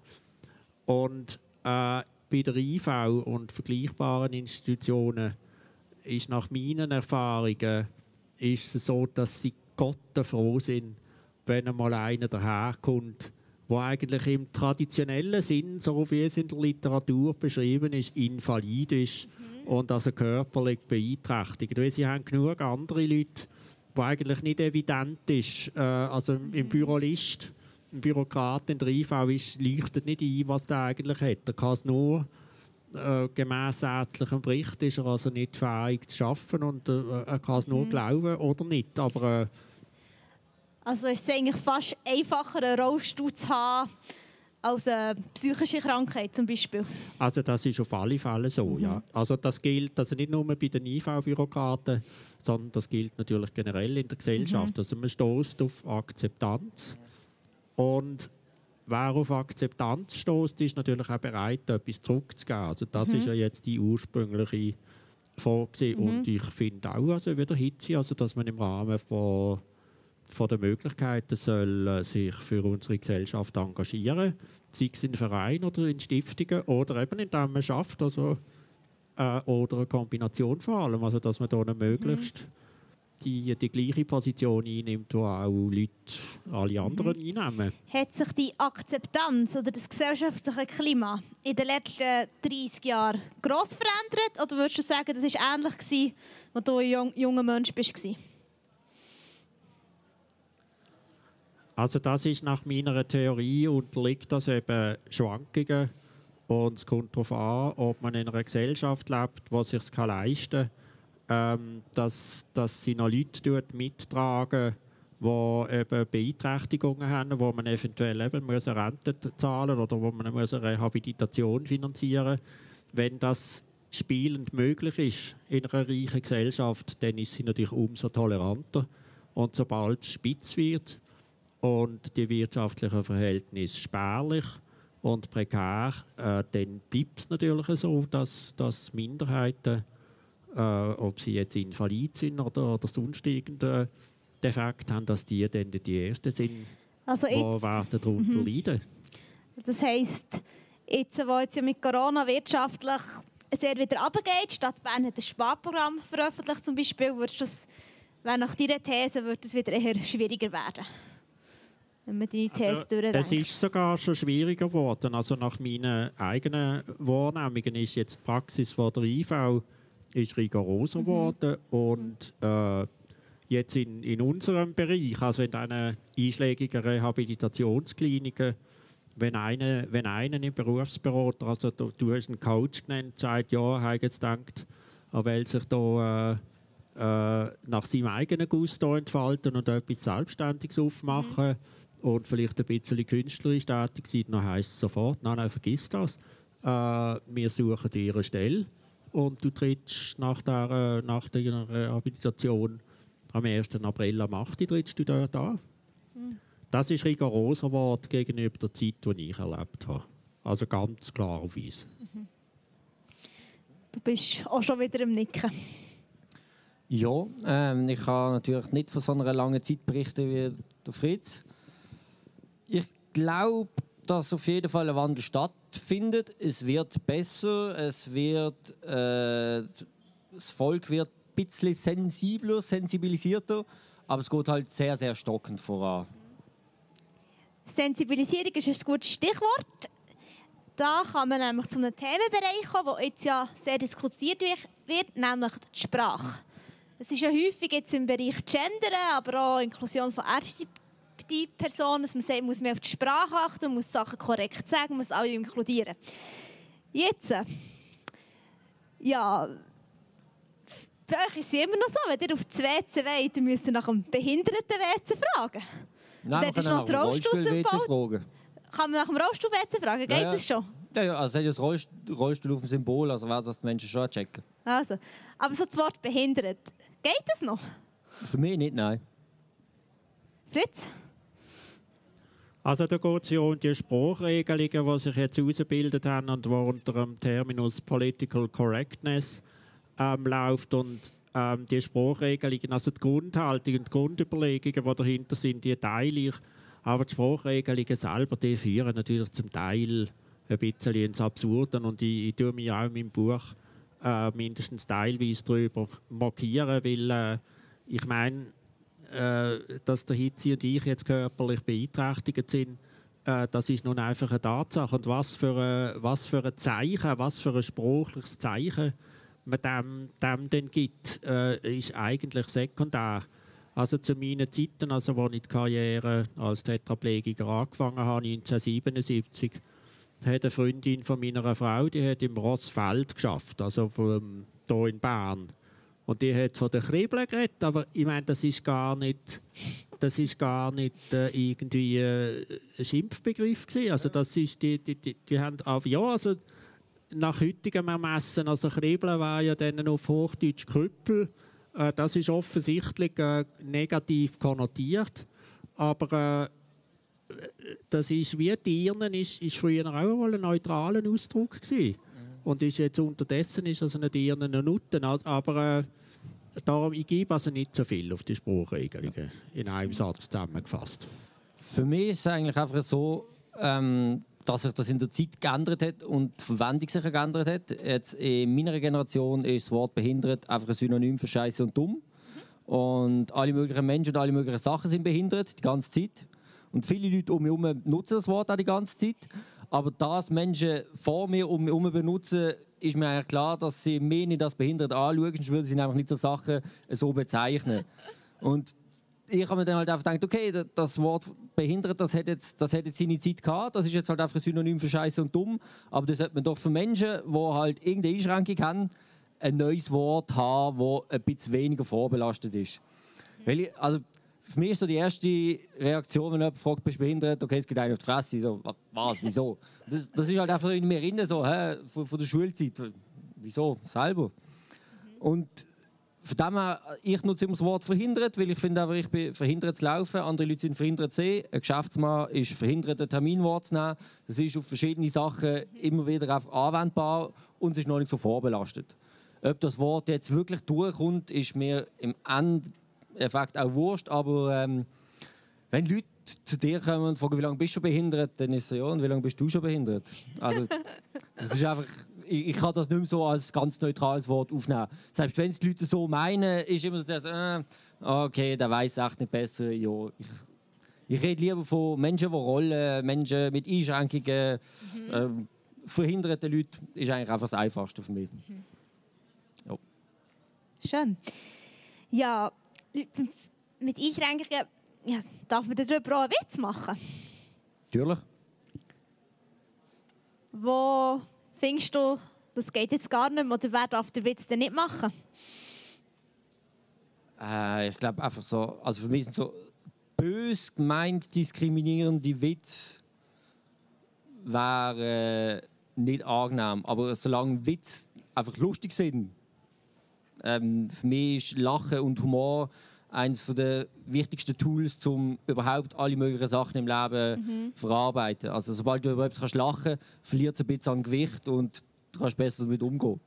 Und äh, bei der I V und vergleichbaren Institutionen ist nach meinen Erfahrungen ist es so, dass sie Gott froh sind, wenn einmal einer daherkommt, der eigentlich im traditionellen Sinn, so wie es in der Literatur beschrieben ist, invalid ist mhm. und also körperlich beeinträchtigt. Weil sie haben genug andere Leute, wo eigentlich nicht evident ist. Äh, also mhm. im Bürolist, ein Bürokrat in der I V ist, leuchtet nicht ein, was der eigentlich hat. Er kann es nur äh, gemäss ärztlichem Bericht ist er also nicht fähig zu arbeiten und äh, er kann es nur mhm. glauben oder nicht. Aber, äh, also ist es eigentlich fast einfacher, einen Rollstuhl zu haben, als eine psychische Krankheit zum Beispiel? Also das ist auf alle Fälle so, mhm. ja. Also das gilt also nicht nur bei den I V-Bürokraten, sondern das gilt natürlich generell in der Gesellschaft. Mhm. Also man stößt auf Akzeptanz. Und wer auf Akzeptanz stößt, ist natürlich auch bereit, etwas zurückzugeben. Also das mhm. ist ja jetzt die ursprüngliche Frage. Mhm. Und ich finde auch, also wie der Hitzi, also dass man im Rahmen von, von der Möglichkeiten soll sich für unsere Gesellschaft engagieren, sei es in Vereinen oder in Stiftungen oder eben indem man schafft, also, äh, oder eine Kombination vor allem, also dass man da möglichst mhm. Die, die gleiche Position einnimmt, die auch Leute, alle anderen mhm. einnehmen. Hat sich die Akzeptanz oder das gesellschaftliche Klima in den letzten dreißig Jahren gross verändert? Oder würdest du sagen, das war ähnlich gewesen, als du ein jung, junger Mensch warst? Also das ist nach meiner Theorie unterliegt das eben Schwankungen. Und es kommt darauf an, ob man in einer Gesellschaft lebt, die es sich leisten kann, Ähm, dass, dass sie noch Leute mittragen, die eben Beeinträchtigungen haben, wo man eventuell eben muss eine Rente zahlen muss oder wo man muss eine Rehabilitation finanzieren muss. Wenn das spielend möglich ist in einer reichen Gesellschaft, dann ist sie natürlich umso toleranter. Und sobald es spitz wird und die wirtschaftlichen Verhältnisse spärlich und prekär, äh, dann bleibt es natürlich so, dass, dass Minderheiten, Uh, ob sie jetzt invalid sind oder, oder sonst irgendeinen Defekt haben, dass die dann die Ersten sind, also die werden darunter mhm. leiden. Das heisst, jetzt, wo jetzt ja mit Corona wirtschaftlich sehr wieder runtergeht, die Stadt Bern hat ein Sparprogramm veröffentlicht zum Beispiel, das, wäre nach deiner These wird es wieder eher schwieriger werden, wenn man die These also, durchdenkt. Es ist sogar schon schwieriger geworden. Also nach meinen eigenen Wahrnehmungen ist jetzt die Praxis von der I V ist rigoroser geworden mhm. und äh, jetzt in, in unserem Bereich, also in diesen einschlägigen Rehabilitationskliniken, wenn einer, wenn einer im Berufsberater, also du, du hast einen Coach genannt, sagt, ja, er hat jetzt gedacht, er will sich da äh, äh, nach seinem eigenen Gusto entfalten und etwas Selbstständiges aufmachen mhm. und vielleicht ein bisschen künstlerisch tätig sein, dann heisst es sofort, nein, nein, vergiss das, äh, wir suchen dir eine Stelle. Und du trittst nach der, nach der Rehabilitation am ersten April am achten trittst du dort an. Mhm. Das ist rigoroser Wort gegenüber der Zeit, die ich erlebt habe. Also ganz klarerweise. Mhm. Du bist auch schon wieder im Nicken. Ja, ähm, ich kann natürlich nicht von so einer langen Zeit berichten wie der Fritz. Ich glaube, dass auf jeden Fall ein Wandel stattfindet. Es wird besser, es wird, äh, das Volk wird ein bisschen sensibler, sensibilisierter, aber es geht halt sehr, sehr stockend voran. Sensibilisierung ist ein gutes Stichwort. Da kann man nämlich zu einem Themenbereich kommen, der jetzt ja sehr diskutiert wird, nämlich die Sprache. Es ist ja häufig jetzt im Bereich Gendern, aber auch Inklusion von Personen, dass man sagt, man muss mehr auf die Sprache achten, man muss Sachen korrekt sagen, man muss alle inkludieren. Jetzt, ja, bei euch ist es immer noch so, wenn ihr auf das W C wollt, dann müsst ihr nach einem behinderten-W C fragen. Nein, man kann nach dem Rollstuhl-W C fragen. Kann man nach dem Rollstuhl-W C fragen? Geht ja, ja. das schon? Ja, ja, also es hat ja das Rollstuhl, Rollstuhl auf dem Symbol, also werden das die Menschen schon checken. Also, aber so das Wort behindert, geht das noch? Für mich nicht, nein. Fritz? Also da geht es ja um die Sprachregelungen, die sich jetzt herausgebildet haben und die unter dem Terminus Political Correctness ähm, läuft. Und ähm, die Sprachregelungen, also die Grundhaltung und die Grundüberlegungen, die dahinter sind, die teile ich. Aber die Sprachregelungen selber, die führen natürlich zum Teil ein bisschen ins Absurde. Und ich, ich tue mich auch in meinem Buch äh, mindestens teilweise darüber markieren, weil äh, ich meine, äh, dass der Hitzi und ich jetzt körperlich beeinträchtigt sind, äh, das ist nun einfach eine Tatsache. Und was für ein, was für ein Zeichen, was für ein sprachliches Zeichen man dem, dem denn gibt, äh, ist eigentlich sekundär. Also zu meinen Zeiten, also als ich die Karriere als Tetraplegiker angefangen habe, neunzehnhundertsiebenundsiebzig, hat eine Freundin von meiner Frau, die hat im Rossfeld geschafft, also ähm, hier in Bern. Und die hat von den Kribbeln geredet, aber ich meine, das ist gar nicht, das ist gar nicht äh, irgendwie äh, ein Schimpfbegriff gewesen. Also das ist, die, die, die, die haben, aber ja, also nach heutigem Ermessen, also Kribbeln war ja dann auf Hochdeutsch Krüppel. Äh, das ist offensichtlich äh, negativ konnotiert, aber äh, das ist wie Dirnen ist, ist früher auch mal ein neutraler Ausdruck gewesen. Und ist jetzt unterdessen ist also eine Dirne eine Nutten. Aber äh, darum, ich gebe also nicht so viel auf die Sprachregelungen in einem Satz zusammengefasst. Für mich ist es eigentlich einfach so, ähm, dass sich das in der Zeit geändert hat und die Verwendung sich geändert hat. Jetzt in meiner Generation ist das Wort behindert einfach ein Synonym für Scheiße und dumm. Und alle möglichen Menschen und alle möglichen Sachen sind behindert, die ganze Zeit. Und viele Leute um mich herum nutzen das Wort auch die ganze Zeit. Aber das Menschen vor mir um mich herum benutzen, ist mir eigentlich klar, dass sie mehr nicht als behindert anschauen, sonst würden sie einfach nicht so Sachen so bezeichnen. Und ich habe mir dann halt einfach gedacht, okay, das Wort behindert, das hat jetzt, das hat jetzt seine Zeit gehabt, das ist jetzt halt einfach ein Synonym für Scheiße und dumm. Aber das sollte man doch für Menschen, die halt irgendeine Einschränkung haben, ein neues Wort haben, das ein bisschen weniger vorbelastet ist. Weil ich, also, für mich ist so die erste Reaktion, wenn jemand fragt, bist du behindert, okay, es geht einen auf die Fresse. So, was, wieso? Das, das ist halt einfach in mir drin, so, hä, von, von der Schulzeit. Wieso? Selber. Und von dem her, ich nutze immer das Wort verhindert, weil ich finde einfach, ich bin verhindert zu laufen, andere Leute sind verhindert zu sehen. Ein Geschäftsmann ist verhindert, ein Termin wahrzunehmen. Das ist auf verschiedene Sachen immer wieder einfach anwendbar und es ist noch nicht so vorbelastet. Ob das Wort jetzt wirklich durchkommt, ist mir im Endeffekt auch wurscht, aber ähm, wenn Leute zu dir kommen und fragen, wie lange bist du behindert, dann ist es so, ja, und wie lange bist du schon behindert? Also, das ist einfach, ich, ich kann das nicht mehr so als ganz neutrales Wort aufnehmen. Selbst wenn es die Leute so meinen, ist immer so, dass, äh, okay, der weiß echt nicht besser. Ja, ich, ich rede lieber von Menschen, die rollen, Menschen mit Einschränkungen, mhm. ähm, verhinderten Leuten, ist eigentlich einfach das Einfachste für mich. Mhm. Ja. Schön. Ja, mit Einschränkungen, ja, darf man darüber auch einen Witz machen? Natürlich. Wo findest du, das geht jetzt gar nicht mehr, oder wer darf den Witz denn nicht machen? Äh, ich glaube einfach so, also für mich sind so bös gemeint diskriminierende Witze wäre äh, nicht angenehm, aber solange Witze einfach lustig sind, ähm, für mich ist Lachen und Humor eines der wichtigsten Tools, um überhaupt alle möglichen Sachen im Leben mhm. verarbeiten. Also sobald du über etwas lachen kannst, verliert es ein bisschen an Gewicht und du kannst besser damit umgehen.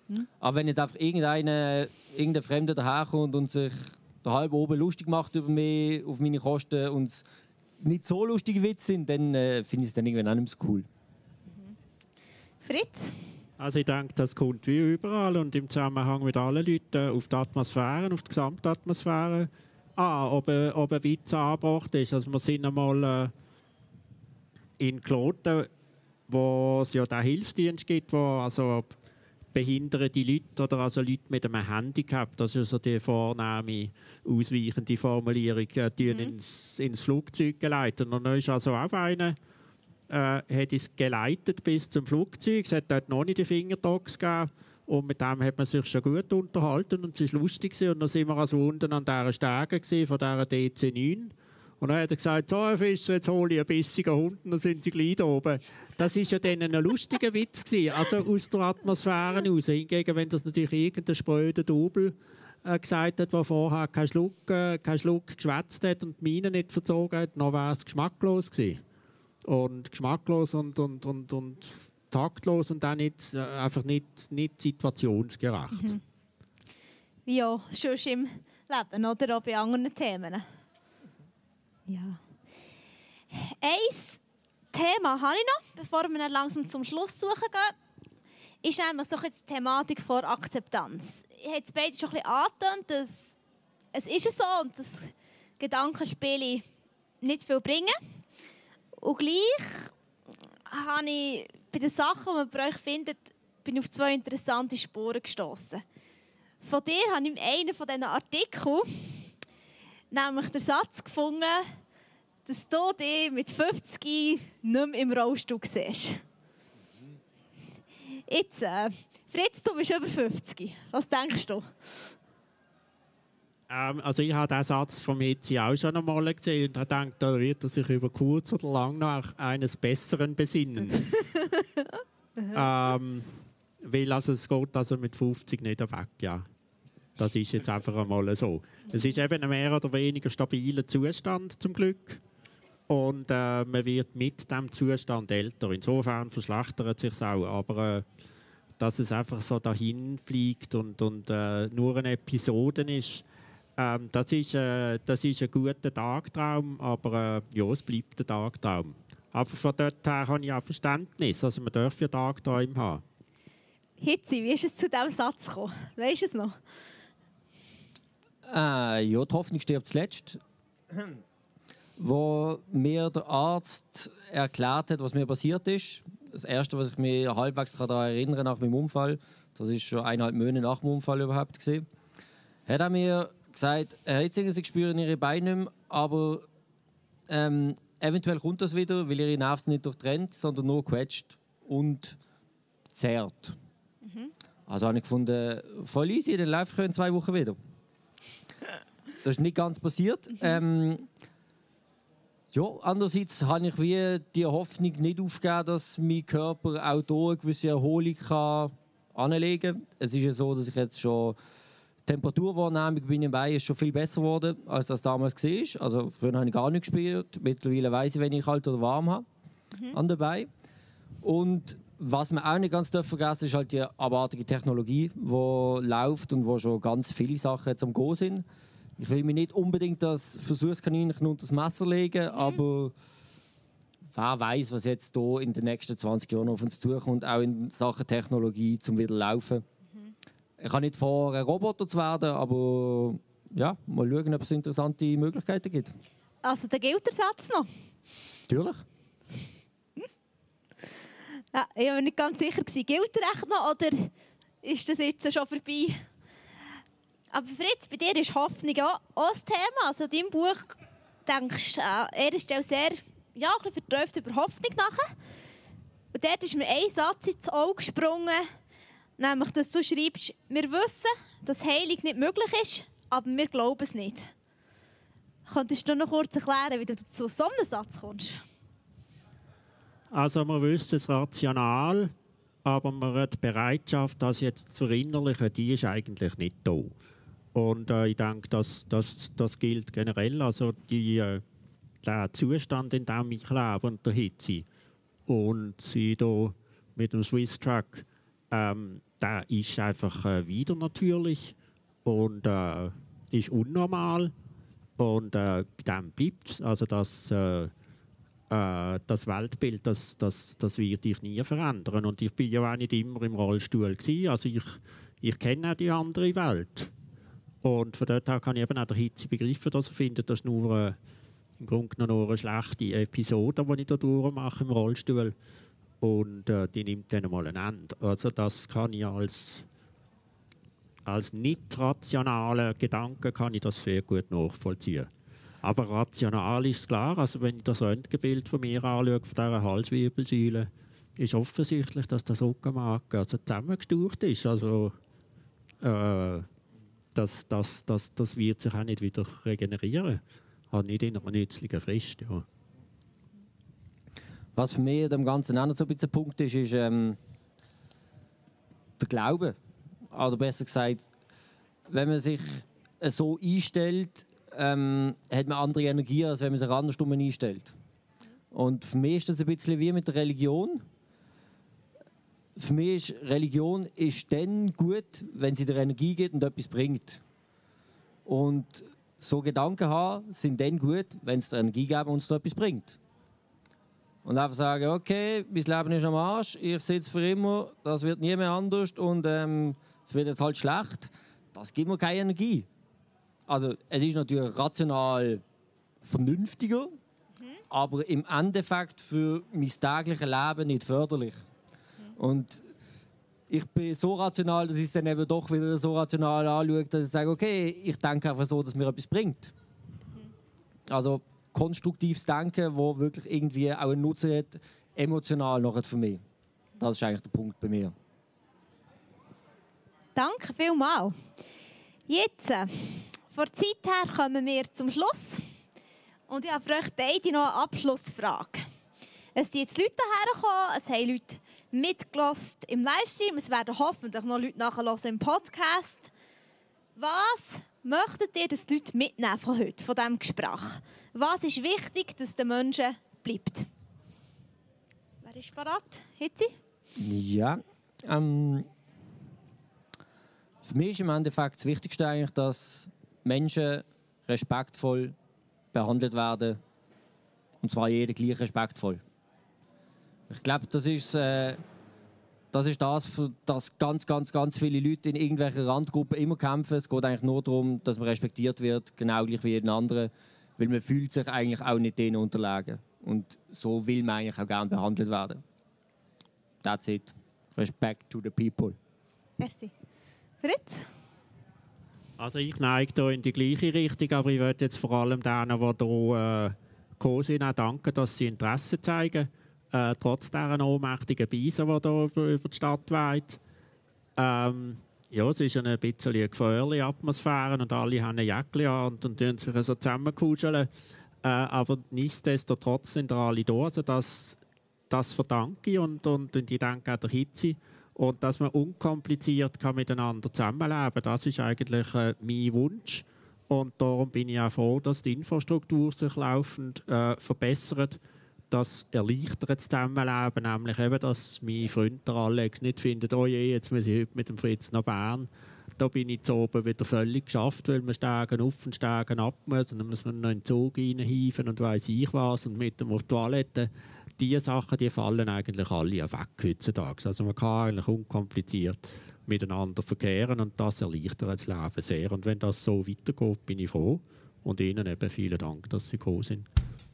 Mhm. Aber wenn jetzt einfach irgendeine, irgendein Fremder daherkommt und sich da halb oben lustig macht über mich, auf meine Kosten und es nicht so lustige Witze sind, dann äh, finde ich es dann irgendwann auch nicht mehr so cool. Mhm. Fritz? Also ich denke, das kommt wie überall und im Zusammenhang mit allen Leuten auf die Atmosphäre, auf die Gesamtatmosphäre an, ob, ein- ob ein Witz angebracht ist. Also wir sind einmal äh, in Kloten, wo es ja den Hilfsdienst gibt, wo also behinderte Leute oder also Leute mit einem Handicap, das ist ja so die vornehme, ausweichende Formulierung, äh, die Mhm. ins, ins Flugzeug geleitet. Und dann ist also auch einer, äh, hat es geleitet bis zum Flugzeug. Es hat dort noch nicht die Fingerdogs gegeben. Und mit dem hat man sich schon gut unterhalten und es war lustig. Und dann sind wir also unten an dieser Stege gewesen, von dieser D C neun. Und dann hat er gesagt, so Herr Fisch, jetzt hole ich einen bissigen Hund und dann sind sie gleich da oben. Das war ja dann ein lustiger Witz gewesen, also aus der Atmosphäre raus. Hingegen, wenn das natürlich irgendein spröder Double äh, gesagt hat, der vorher keinen Schluck, äh, keinen Schluck geschwätzt hat und die Miene nicht verzogen hat, dann wäre es geschmacklos gewesen. Und geschmacklos und, und, und, und taktlos und auch nicht, äh, einfach nicht, nicht situationsgerecht. Mhm. Wie ja schon im Leben oder auch bei anderen Themen. Ja. Ein Thema habe ich noch, bevor wir dann langsam zum Schluss suchen gehen, ist nämlich so die Thematik vor Akzeptanz. Ich habe es beide schon ein bisschen angetönt, dass es ist so und dass Gedankenspiele nicht viel bringen. Und gleich habe ich bei den Sachen, die man bei euch findet, bin ich auf zwei interessante Spuren gestoßen. Von dir habe ich in einem von diesen Artikeln nämlich den Satz gefunden, dass du dich mit fünfzig nicht mehr im Rollstuhl siehst. Jetzt, äh, Fritz, du bist über fünfzig. Was denkst du? Ähm, also ich habe diesen Satz von Mitzi auch schon einmal gesehen und habe gedacht, da wird er sich über kurz oder lang nach eines Besseren besinnen. ähm, weil also es geht also mit fünfzig nicht weg, ja. Das ist jetzt einfach einmal so. Es ist eben ein mehr oder weniger stabiler Zustand zum Glück. Und äh, man wird mit diesem Zustand älter. Insofern verschlechtert es sich auch. Aber äh, dass es einfach so dahin fliegt und, und äh, nur eine Episode ist, ähm, das, ist äh, das ist ein guter Tagtraum. Aber äh, ja, es bleibt ein Tagtraum. Aber von dort her habe ich auch Verständnis. Also man darf ja Tagträume haben. Hitzi, wie ist es zu diesem Satz gekommen? Weißt du es noch? Äh, ja, die Hoffnung stirbt zuletzt. Wo mir der Arzt erklärt hat, was mir passiert ist. Das Erste, was ich mir halbwegs daran erinnern kann nach meinem Unfall, das ist schon eineinhalb Monate nach dem Unfall überhaupt gesehen, hat er mir gesagt, Herr Hitzinger, Sie spüren Ihre Beine nicht mehr, aber ähm, eventuell kommt das wieder, weil Ihre Nerven nicht durchtrennt, sondern nur quetscht und zerrt. Mhm. Also habe ich gefunden, voll easy, dann läuft ich in zwei Wochen wieder. Das ist nicht ganz passiert. Mhm. Ähm, ja, andererseits habe ich wie die Hoffnung nicht aufgegeben, dass mein Körper auch hier eine gewisse Erholung kann anlegen kann. Es ist ja so, dass ich jetzt schon Temperaturwahrnehmung bei meinen Beinen ist schon viel besser geworden, als das damals war. Also früher habe ich gar nicht gespürt. Mittlerweile weiss ich, wenn ich kalt oder warm habe mhm. an den Beinen. Und was man auch nicht ganz vergessen darf, ist halt die abartige Technologie, die läuft und wo schon ganz viele Sachen jetzt am Go sind. Ich will mir nicht unbedingt das Versuchskaninchen unter das Messer legen, mhm. aber wer weiß, was jetzt hier in den nächsten zwanzig Jahren auf uns zukommt, auch in Sachen Technologie zum wieder laufen. Mhm. Ich kann nicht vor, ein Roboter zu werden, aber ja, mal schauen, ob es interessante Möglichkeiten gibt. Also der gilt der Satz noch? Natürlich. Ja, ich war nicht ganz sicher, gilt er echt noch oder ist das jetzt schon vorbei? Aber Fritz, bei dir ist Hoffnung auch, auch das Thema. Also in deinem Buch denkst du an erster Stelle sehr ja, ein bisschen vertieft über Hoffnung nach. Und dort ist mir ein Satz ins Auge gesprungen, nämlich, dass du schreibst, wir wissen, dass Heilung nicht möglich ist, aber wir glauben es nicht. Könntest du noch kurz erklären, wie du zu so einem Satz kommst? Also man wüsste es rational, aber man hat die Bereitschaft, das jetzt zu verinnerlichen, die ist eigentlich nicht da. Und äh, ich denke, das, das, das gilt generell. Also die, äh, der Zustand, in dem ich lebe und der Hitze und sie hier mit dem Swiss Truck, ähm, der ist einfach äh, wieder natürlich und äh, ist unnormal. Und äh, bei dem bleibt es. Also das, äh, äh, das Weltbild, das, das, das wird ich nie verändern. Und ich bin ja auch nicht immer im Rollstuhl gewesen. Also ich, ich kenne auch die andere Welt. Und von dort her kann ich eben auch der Hitze begreifen, dass er findet, das ist nur äh, im Grunde genommen nur eine schlechte Episode, die ich da durchmache im Rollstuhl. Und äh, die nimmt dann mal ein Ende. Also das kann ich als, als nicht rationalen Gedanken kann ich das sehr gut nachvollziehen. Aber rational ist klar, also wenn ich das Röntgenbild von mir anschaue, von dieser Halswirbelsäule, ist offensichtlich, dass das Rückenmark also zusammengestaucht ist. Also äh, das, das, das, das wird sich auch nicht wieder regenerieren. Also nicht in einer nützlichen Frist. Ja. Was für mich dem Ganzen auch noch so ein bisschen Punkt ist, ist ähm, der Glaube. Oder besser gesagt, wenn man sich äh, so einstellt, ähm, hat man andere Energie, als wenn man sich andersrum einstellt. Und für mich ist das ein bisschen wie mit der Religion. Für mich ist Religion ist dann gut, wenn sie dir Energie gibt und etwas bringt. Und so Gedanken haben sind dann gut, wenn es dir Energie gibt und es dir etwas bringt. Und einfach sagen, okay, mein Leben ist am Arsch, ich sitze für immer, das wird nie mehr anders und ähm, es wird jetzt halt schlecht. Das gibt mir keine Energie. Also es ist natürlich rational vernünftiger, mhm. aber im Endeffekt für mein tägliches Leben nicht förderlich. Mhm. Und ich bin so rational, dass ich es dann eben doch wieder so rational anschaue, dass ich sage, okay, ich denke einfach so, dass mir etwas bringt. Mhm. Also konstruktives Denken, das wirklich irgendwie auch einen Nutzen hat, emotional noch für mich. Das ist eigentlich der Punkt bei mir. Danke vielmals. Jetzt, äh, von der Zeit her, kommen wir zum Schluss. Und ich habe für euch beide noch eine Abschlussfrage. Es sind jetzt Leute hergekommen, es haben Leute mitgelassen im Livestream, es werden hoffentlich noch Leute nachhören im Podcast. Was möchtet ihr, dass die Leute mitnehmen von heute, von diesem Gespräch? Was ist wichtig, dass den Menschen bleibt? Wer ist bereit? Hitzi? Ja. Ähm, für mich ist im Endeffekt das Wichtigste eigentlich, dass Menschen respektvoll behandelt werden. Und zwar jeder gleich respektvoll. Ich glaube, das ist, äh, das ist das, für das ganz, ganz, ganz viele Leute in irgendwelchen Randgruppen immer kämpfen. Es geht eigentlich nur darum, dass man respektiert wird, genau gleich wie jeden anderen. Weil man fühlt sich eigentlich auch nicht denen unterlegen. Und so will man eigentlich auch gerne behandelt werden. That's it. Respect to the people. Merci. Fritz? Also ich neige hier in die gleiche Richtung, aber ich möchte jetzt vor allem denen, die hier äh, gekommen sind, auch danken, dass sie Interesse zeigen. Äh, trotz dieser ohnmächtigen Beise, die hier über, über die Stadt weht. Ähm, ja, es ist eine bisschen eine gefährliche Atmosphäre und alle haben eine Jacke an und, und sich so zusammenkuscheln. Äh, aber nichtsdestotrotz sind alle da. Also das, das verdanke ich und, und, und ich danke auch der Hitze. Und dass man unkompliziert kann miteinander zusammenleben, das ist eigentlich äh, mein Wunsch. Und darum bin ich auch froh, dass die Infrastruktur sich laufend äh, verbessert. Das erleichtert das Zusammenleben, nämlich eben, dass mein Freund der Alex nicht findet, oh je, jetzt muss ich heute mit dem Fritz nach Bern. Da bin ich zu oben wieder völlig geschafft, weil man Stegen auf und Stegen ab muss. Und dann muss man noch in den Zug reinhieven und weiss ich was und mit dem auf die Toilette. Diese Sachen, die fallen eigentlich alle weg heutzutage. Also man kann eigentlich unkompliziert miteinander verkehren und das erleichtert das Leben sehr. Und wenn das so weitergeht, bin ich froh. Und Ihnen eben vielen Dank, dass Sie gekommen sind.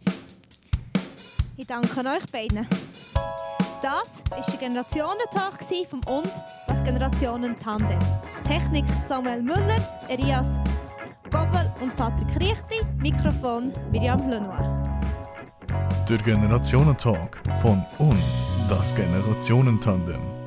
Ich danke euch beiden. Das war der Generationentag vom Und, das Generationentandem. Technik Samuel Müller, Elias Gobbel und Patrick Riechti, Mikrofon Miriam Lenoir. Der Generationentag von Und, das Generationentandem.